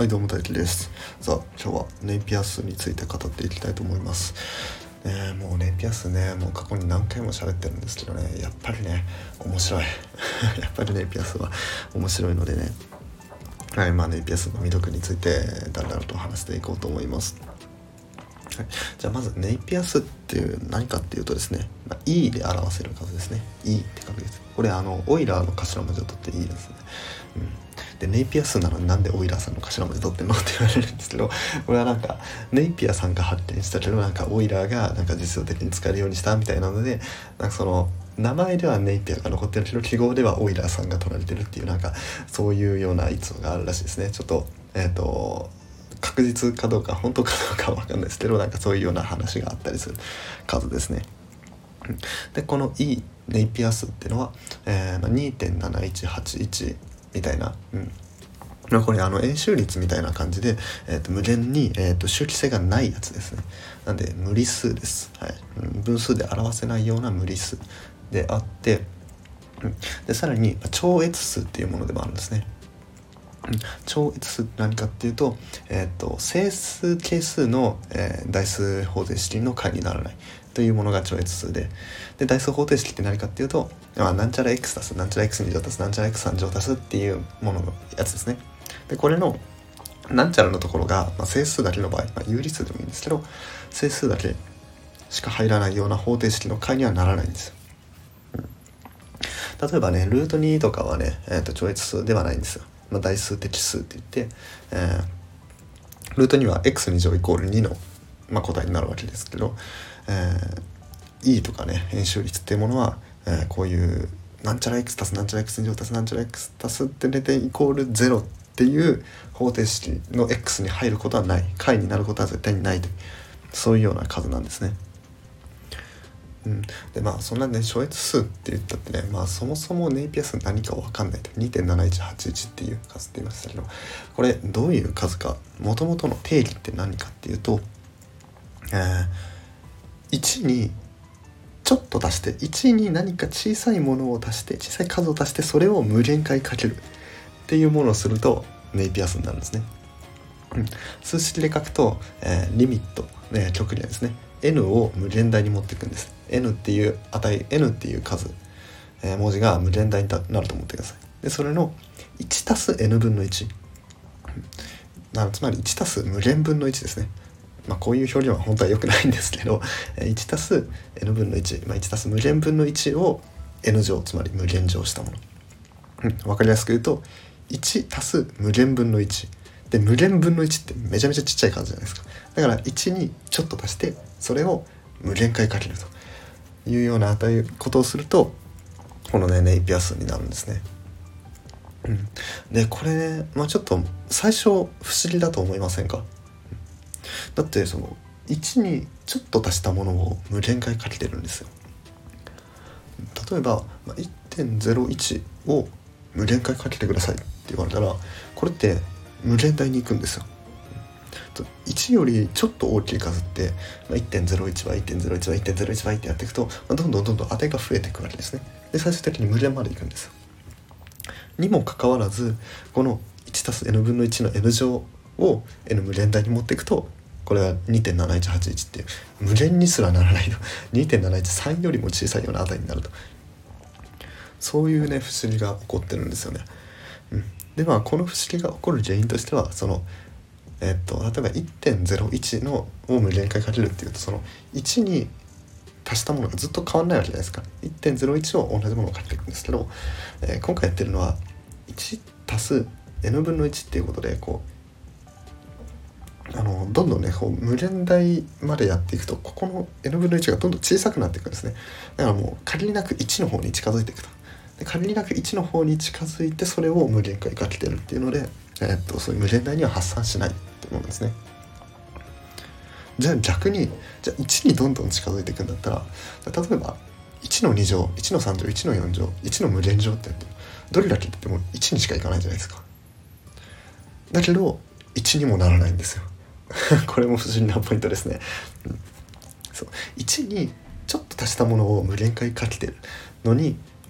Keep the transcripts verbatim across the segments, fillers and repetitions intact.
はい、どうも大輝です。さあ、今日はネイピア数について語っていきたいと思います。えー、もうネイピア数ね、もう過去に何回も喋ってるんですけどね、やっぱりね、面白い。やっぱりネイピア数は面白いのでね、はい、まあネイピア数の魅力についてだんだんと話していこうと思います。はい、じゃあまずネイピア数っていう何かっていうとですね、まあ、E で表せる数ですね。E って書くやつ。これあのオイラーの頭文字を取って E ですね。うんでネイピア数なのになんでオイラーさんの頭文字取ってんのって言われるんですけど、これはなんかネイピアさんが発展したけど、なんかオイラーがなんか実用的に使えるようにしたみたいなので、なんかその名前ではネイピアが残ってるけど記号ではオイラーさんが取られてるっていう、なんかそういうような逸話があるらしいですね。ちょっとえっ、ー、と確実かどうか本当かどうかは分かんないですけど、なんかそういうような話があったりする数ですね。でこの E ネイピア数っていうのは、えー、にてんなないちはちいちみたいな、うん、これあの円周率みたいな感じで、えー、と無限に、えー、と周期性がないやつですね。なんで無理数です、はい、分数で表せないような無理数であって、うん、でさらに超越数っていうものでもあるんですね。超越数って何かっていうと、えー、と整数係数の、えー、代数方程式の解にならないというものが超越数で、で代数方程式って何かっていうと、まあ、なんちゃら x 足すなんちゃら x に乗足すなんちゃら x さん乗足すっていうもののやつですね。でこれのなんちゃらのところが、まあ、整数だけの場合、まあ、有理数でもいいんですけど、整数だけしか入らないような方程式の解にはならないんですよ。うん、例えばねルートにとかはね、えー、と超越数ではないんですよ。まあ、代数的数って言って、えー、ルートには エックスに乗イコールにの、まあ、答えになるわけですけど、えー、E とかね円周率っていうものは、えー、こういうなんちゃら x 足すなんちゃら x に乗足すなんちゃら x 足すってれてイコールゼロっていう方程式の x に入ることはない、解になることは絶対にないという、そういうような数なんですね。うん、でまあそんなね超越数って言ったってね、まあそもそもネイピア数何か分かんないと にてんなないちはちいち っていう数って言いましたけど、これどういう数か、もともとの定義って何かっていうと、えー、いちにちょっと足して、いちに何か小さいものを足して、小さい数を足して、それを無限回かけるっていうものをするとネイピア数になるんですね。うん、数式で書くと、えー、リミット、ね、極限ですね、n を無限大に持っていくんです。 n っていう値 n っていう数、えー、文字が無限大になると思ってください。でそれのいちたす n 分のいち、なつまりいちたす無限分のいちですね。まあ、こういう表現は本当は良くないんですけど、いちたす n 分のいち、まあ、いちたす無限分のいちを n 乗、つまり無限乗したもの、うん、分かりやすく言うといちたす無限分のいちで、無限分のいちってめちゃめちゃちっちゃい数じゃないですか。だからいちにちょっと足してそれを無限回かけるというようなことをすると、このねネイピア数になるんですね。うん、でこれね、まあ、ちょっと最初不思議だと思いませんか。だってそのいちにちょっと足したものを無限回かけてるんですよ。例えば いってんゼロいち を無限回かけてくださいって言われたら、これって無限大に行くんですよ。いちよりちょっと大きい数って いってんゼロいち 倍 いってんゼロいち 倍 いってんゼロいち 倍ってやっていくと、どんどんどんどん値が増えていくわけですね。で最終的に無限まで行くんですよ。にもかかわらず、この いちたす n 分のいちの n 乗を n 無限大に持っていくと、これは にてんなないちはちいち っていう無限にすらならないと にてんなないちさん よりも小さいような値になると、そういうね不思議が起こってるんですよね。うん、でまあこの不思議が起こる原因としては、そのえー、っと例えば いってんゼロいち のを無限回かけるっていうと、そのいちに足したものがずっと変わらないわけじゃないですか。 いってんゼロいち を同じものをかけていくんですけど、えー、今回やってるのはいちたす n 分のいちっていうことで、こうあのどんどんねこう無限大までやっていくと、ここの n 分のいちがどんどん小さくなっていくんですね。だからもう限りなくいちの方に近づいていくと、で限りなくいちの方に近づいてそれを無限回かけてるっていうので、えー、っとそういう無限大には発散しないっていうものですね。じゃあ逆に、じゃあいちにどんどん近づいていくんだったら、例えばいちのに乗、いちのさん乗、いちのよん乗、いちの無限乗ってやってどれだけってもいちにしかいかないじゃないですか。だけどいちにもならないんですよ。これも不思議なポイントですね。うん、そういちにちょっと足したものを無限回かけてるのに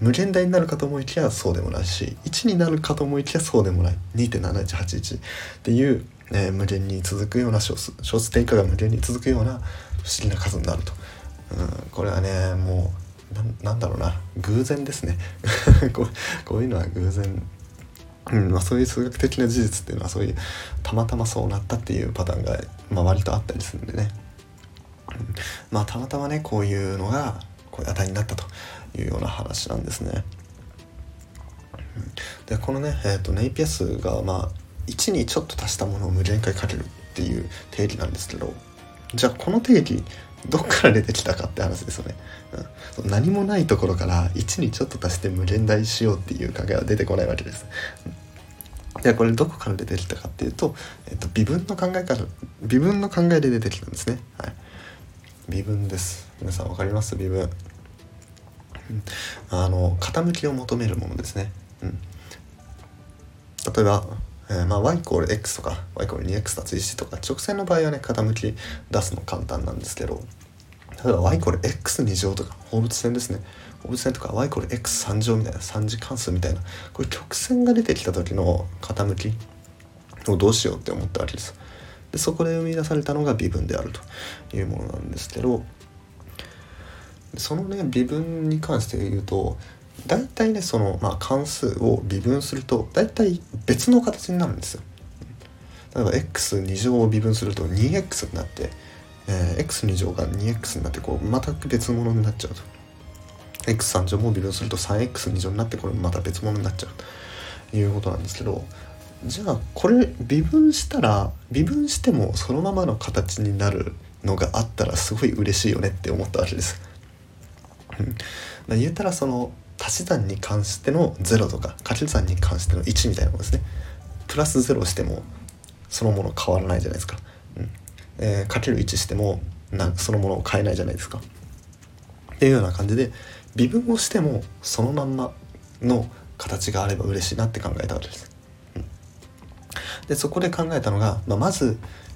無限大になるかと思いきやそうでもないし、いちになるかと思いきやそうでもない にてんなないちはちいち っていう、えー、無限に続くような小数小数点以下が無限に続くような不思議な数になると、うん、これはねもう な, なんだろうな偶然ですねこうこういうのは偶然、うんまあ、そういう数学的な事実っていうのはそういうたまたまそうなったっていうパターンが、まあ、割とあったりするんでね、うん、まあたまたまねこういうのがこういう値になったというような話なんですね。でこのね、えーと、ネイピア数が、まあ、いちにちょっと足したものを無限回かけるっていう定義なんですけど、じゃあこの定義どっから出てきたかって話ですよね、うん、何もないところからいちにちょっと足して無限大しようっていう考えは出てこないわけです。でこれどこから出てきたかっていうと、えーと、微分の考えから微分の考えで出てきたんですね、はい、微分です。皆さんわかります？微分、あの傾きを求めるものですね、うん、例えば、えーまあ、y イコール x とか y イコール にエックス 足すいちとか直線の場合はね傾き出すの簡単なんですけど、例えば y イコール x に乗とか放物線ですね、放物線とか y イコール x さん乗みたいな三次関数みたいなこれ曲線が出てきた時の傾きをどうしようって思ったわけです。でそこで生み出されたのが微分であるというものなんですけど、そのね微分に関して言うと大体ねその、まあ、関数を微分すると大体別の形になるんですよ。例えば エックスに 乗を微分すると にエックス になって、えー、エックスに 乗が にエックス になってこうまた別物になっちゃうと、 エックスさん 乗も微分すると さんエックスに 乗になってこれまた別物になっちゃうということなんですけど、じゃあこれ微分したら微分してもそのままの形になるのがあったらすごい嬉しいよねって思ったわけです。うん、言ったらその足し算に関してのゼロとか掛け算に関してのいちみたいなものですね。プラスゼロしてもそのもの変わらないじゃないですか、うんえー、かけるいちしてもなそのものを変えないじゃないですかっていうような感じで微分をしてもそのまんまの形があれば嬉しいなって考えたわけです、うん、でそこで考えたのが、まあ、まず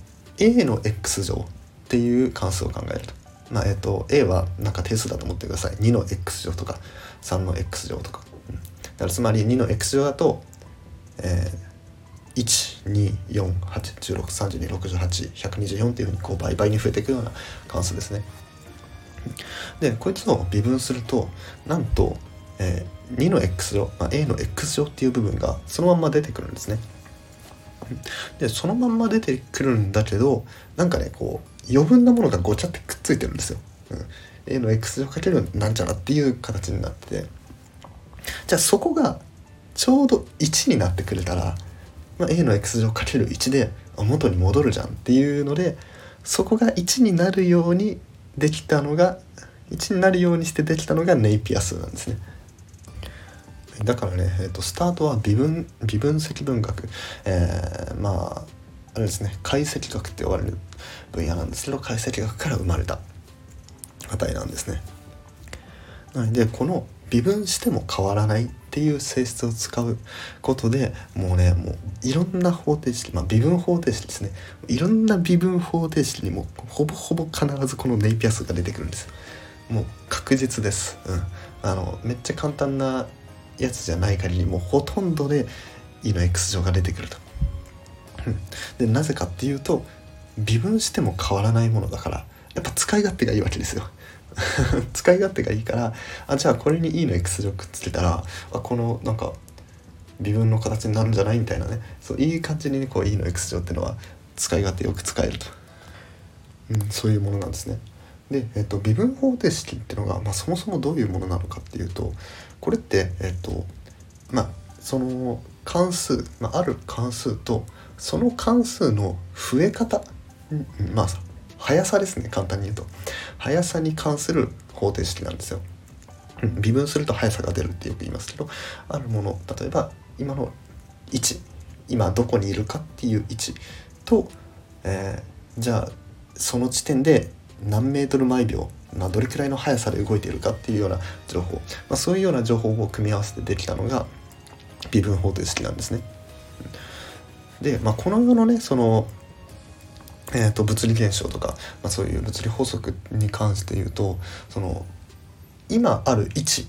a の x 乗っていう関数を考えると、まあえー、と a はなんか定数だと思ってください。にの x 乗とかさんの x 乗とか、うん、だからつまりにの x 乗だと、えー、いち、に、よん、はち、じゅうろく、さんじゅうに、ろくじゅうはち、ひゃくにじゅうよんっていうふうにこう倍々に増えていくような関数ですね。でこいつを微分するとなんと、えー、にの x 乗、まあ、a の x 乗っていう部分がそのまんま出てくるんですね。でそのまんま出てくるんだけどなんかねこう余分なものがごちゃってくっついてるんですよ、うん、a の x 乗かけるなんちゃらっていう形になってて、じゃあそこがちょうどいちになってくれたら、まあ、a の x 乗かけるいちで元に戻るじゃんっていうのでそこがいちになるようにできたのがいちになるようにしてできたのがネイピア数なんですね。だからね、えーと、スタートは微分微分積分学、えー、まああれですね解析学って呼ばれる分野なんですけど解析学から生まれた値なんですね。なのでこの微分しても変わらないっていう性質を使うことでもうねもういろんな方程式、まあ微分方程式ですね、いろんな微分方程式にもほぼほぼ必ずこのネイピア数が出てくるんですよ。もう確実です、うん、あのめっちゃ簡単なやつじゃない限りもうほとんどで e の x 乗が出てくると、うん、でなぜかっていうと微分しても変わらないものだからやっぱ使い勝手がいいわけですよ使い勝手がいいからあじゃあこれに e の x 乗くっつけたらあこのなんか微分の形になるんじゃないみたいなね、そういい感じに、ね、こう e の x 乗っていうのは使い勝手よく使えると、うん、そういうものなんですね。で、えっと、微分方程式っていうのが、まあ、そもそもどういうものなのかっていうとこれって、えっとまあ、その関数、まあ、ある関数とその関数の増え方、うん、まあ速さですね、簡単に言うと速さに関する方程式なんですよ。微分すると速さが出るってよく言いますけど、あるもの例えば今の位置今どこにいるかっていう位置と、えー、じゃあその地点で何メートル毎秒、まあ、どれくらいの速さで動いているかっていうような情報、まあ、そういうような情報を組み合わせてできたのが微分方程式なんですね。で、まあ、この世のねそのえー、と物理現象とか、まあ、そういう物理法則に関して言うとその今ある位置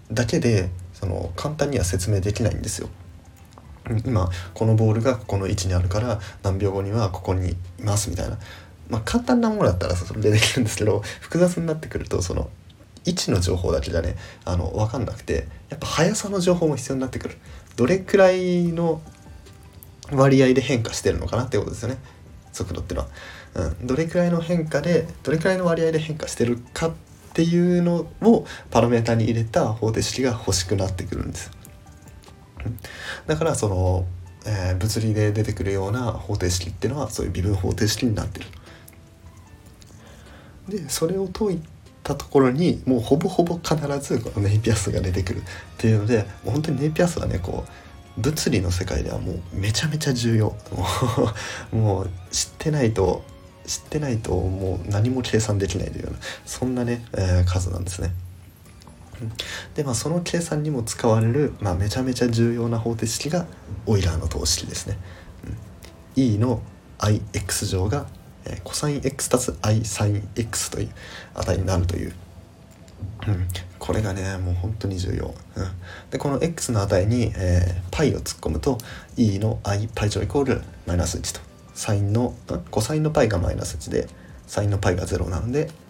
だけでその簡単には説明できないんですよ。今このボールがここの位置にあるから何秒後にはここにいますみたいな、まあ簡単なものだったらそれでできるんですけど、複雑になってくるとその位置の情報だけじゃねあの分かんなくて、やっぱ速さの情報も必要になってくる。どれくらいの割合で変化してるのかなってことですよね、速度っていうのは、うん、どれくらいの変化でどれくらいの割合で変化してるかっていうのをパラメータに入れた方程式が欲しくなってくるんです。だからその、えー、物理で出てくるような方程式っていうのはそういう微分方程式になってる。でそれを解いたところにもうほぼほぼ必ずこのネイピア数が出てくるっていうので、もう本当にネイピア数はねこう物理の世界ではもうめちゃめちゃ重要もう知ってないと知ってないともう何も計算できないというようなそんなね、えー、数なんですね。でまあその計算にも使われる、まあ、めちゃめちゃ重要な方程式がオイラーの等式ですね。うん、E の ix 乗が、えー、コサイン x 足す i サイン x という値になるという、うん、これがねもう本当に重要。うん、でこの x の値に、えー、π を突っ込むと E の i パイ乗イコールマイナスいちと、サインのコサインの π がマイナスいちでサインの π がゼロなので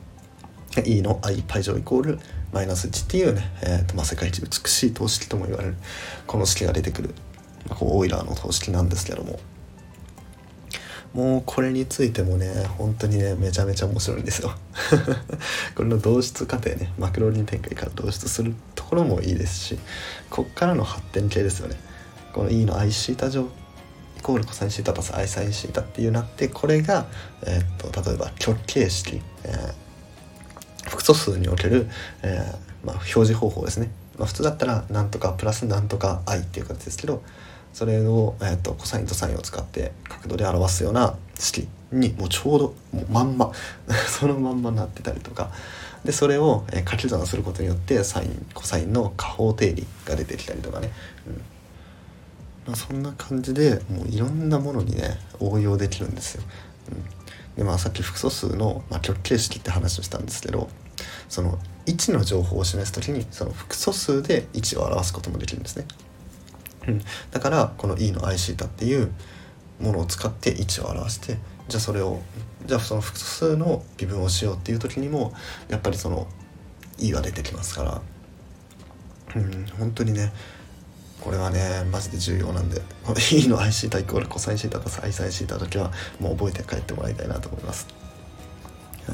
E の i パイ乗イコールマイナスいちっていうね、えーとまあ、世界一美しい等式とも言われるこの式が出てくる、まあ、こうオイラーの等式なんですけども、もうこれについてもね本当にねめちゃめちゃ面白いんですよこれの導出過程ね、マクローリン展開から導出するところもいいですし、こっからの発展系ですよね。この E の i シータ乗イコールコサインシータ足す i サインシータっていうなって、これが、えー、と例えば極形式、えー複素数における、えーまあ、表示方法ですね。まあ、普通だったらなんとかプラスなんとか i っていう形ですけど、それを、えー、とコサインとサインを使って角度で表すような式にもうちょうどもうまんまそのまんまになってたりとかで、それを、えー、掛け算することによってサインコサインの加法定理が出てきたりとかね、うんまあ、そんな感じでもういろんなものにね応用できるんですよ。うんでまあ、さっき複素数の、まあ、極形式って話をしたんですけど、その位置の情報を示すときにその複素数で位置を表すこともできるんですね。うん、だからこの E の i シータっていうものを使って位置を表して、じゃあそれをじゃあその複素数の微分をしようっていう時にもやっぱりその E は出てきますから、うん、本当にねこれはねマジで重要なんで、E の i シータイコールコサインシータと i サインシータだけはもう覚えて帰ってもらいたいなと思います。はい、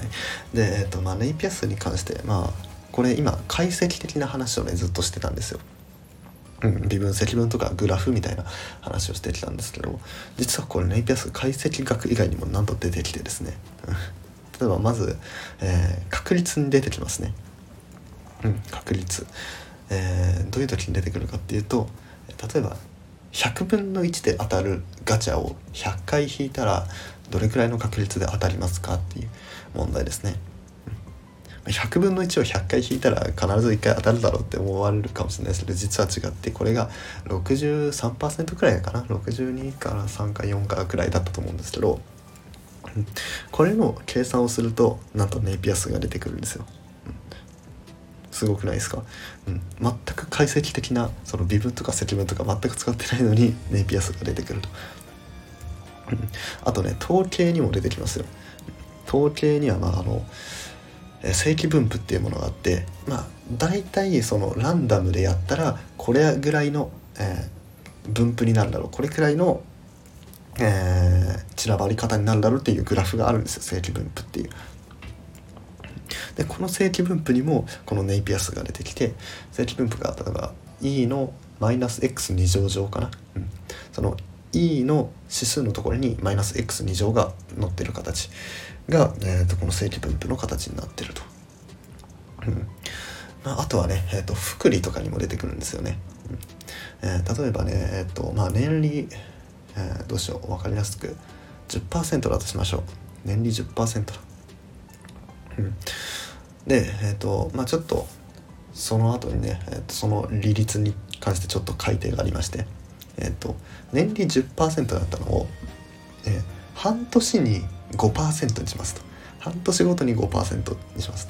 で、えっとまあ、ネイピア数に関してまあこれ今解析的な話をねずっとしてたんですよ。うん、微分積分とかグラフみたいな話をしてきたんですけど、実はこれネイピア数解析学以外にも何と出てきてですね例えばまず、えー、確率に出てきますね。うん、確率えー、どういう時に出てくるかっていうと、例えばひゃくぶんのいちで当たるガチャをひゃっかい引いたらどれくらいの確率で当たりますかっていう問題ですね。ひゃくぶんのいちをひゃっかい引いたら必ずいっかい当たるだろうって思われるかもしれないですけど、実は違って、これが ろくじゅうさんパーセント くらいかな、ろくじゅうにからさんかよんかくらいだったと思うんですけど、これの計算をするとなんとネイピア数が出てくるんですよ。すごくないですか、うん、全く解析的なその微分とか積分とか全く使ってないのにネイピア数が出てくると、うん、あとね統計にも出てきますよ。統計にはまああの正規分布っていうものがあって、まあ大体そのランダムでやったらこれぐらいの、えー、分布になるだろう、これくらいの、えー、散らばり方になるだろうっていうグラフがあるんですよ、正規分布っていう。でこの正規分布にもこのネイピア数が出てきて、正規分布が例えば E のマイナス x に乗乗かな、うん、その E の指数のところにマイナス x に乗が載ってる形が、えー、とこの正規分布の形になってると、うんまあ、あとはね、えー、と複利とかにも出てくるんですよね。うんえー、例えばね、えーとまあ、年利、えー、どうしよう分かりやすく じゅっパーセント だとしましょう。年利 じゅっパーセント だ、うんで、えーとまあ、ちょっとその後にね、えー、とその利率に関してちょっと改定がありまして、えー、と年利 じゅっパーセント だったのを、えー、半年に ごパーセント にしますと、半年ごとに ごパーセント にしますと、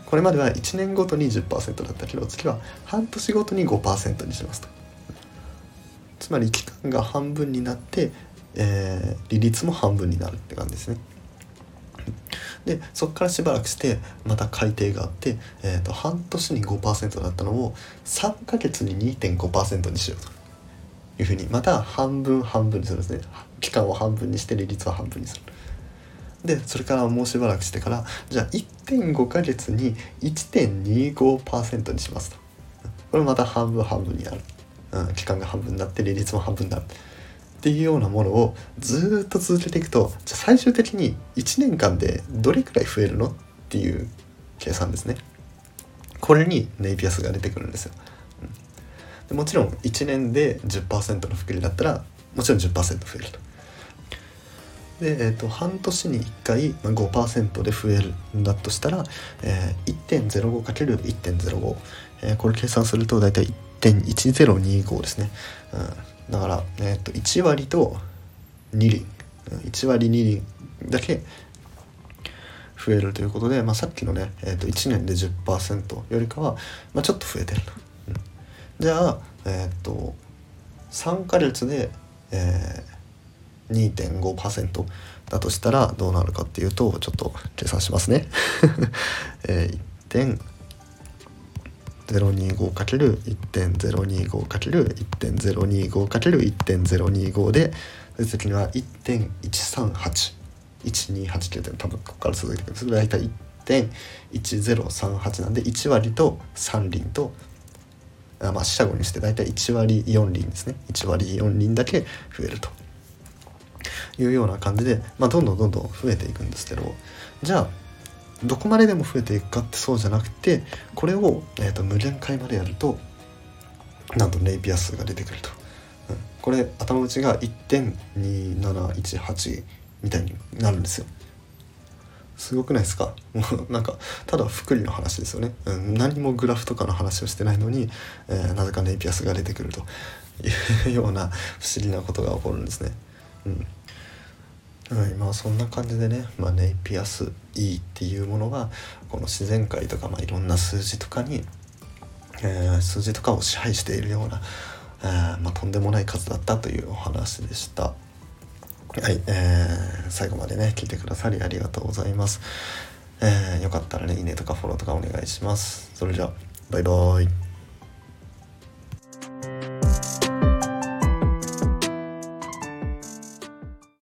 これまではいちねんごとに じゅっパーセント だったけど、次は半年ごとに ごパーセント にしますと。つまり期間が半分になって、えー、利率も半分になるって感じですね。でそこからしばらくしてまた改定があって、えー、と半年に ごパーセント だったのをさんかげつに にてんごパーセント にしようというふうに、また半分半分にするんですね。期間を半分にして利率は半分にする。でそれからもうしばらくしてから、じゃあ いってんご ヶ月に いってんにごパーセント にしますと。これまた半分半分になる、うん、期間が半分になって利率も半分になるっていうようなものをずっと続けていくと、じゃあ最終的にいちねんかんでどれくらい増えるのっていう計算ですね。これにネイピアスが出てくるんですよ。うん、でもちろんいちねんで じゅっパーセント の複利だったらもちろん じゅっパーセント 増えると。で、えー、と半年にいっかい ごパーセント で増えるんだとしたら、えー、いってんゼロごかけるいってんゼロご、えー、これ計算するとだいたい いってんいちゼロにご ですね。うん、だから、えー、といち割とに厘、いち割に厘だけ増えるということで、まあ、さっきのね、えー、といちねんで じゅっパーセント よりかは、まあ、ちょっと増えてると。うん、じゃあ、えっ、ー、とさんかげつで、えーにてんごパーセント だとしたらどうなるかっていうと、ちょっと計算しますね。えー、いってんゼロにごかけるいってんゼロにごかけるいってんゼロにごかけるいってんゼロにご で、次は いってんいちさんはち、いちにはちきゅうって多分ここから続いてくる。それだいたい いってんいちゼロさんはち なんでいち割とさん厘と、あまあ四捨五入してだいたいいち割よん厘ですね。いち割よん厘だけ増えるというような感じで、まあ、どんどんどんどん増えていくんですけど、じゃあどこまででも増えていくかってそうじゃなくて、これを、えー、と無限回までやるとなんとネイピア数が出てくると、うん、これ頭打ちが いってんになないちはち みたいになるんですよ。すごくないですか？もうなんかただ複利の話ですよね、うん、何もグラフとかの話をしてないのに、えー、なぜかネイピアスが出てくるというような不思議なことが起こるんですね。うんはい、まあそんな感じでね、まあ、ネイピアス E っていうものがこの自然界とか、まあ、いろんな数字とかに、えー、数字とかを支配しているような、えーまあ、とんでもない数だったというお話でした。はい、えー、最後までね聞いてくださりありがとうございます。えー、よかったらねいいねとかフォローとかお願いします。それじゃあバイバイ。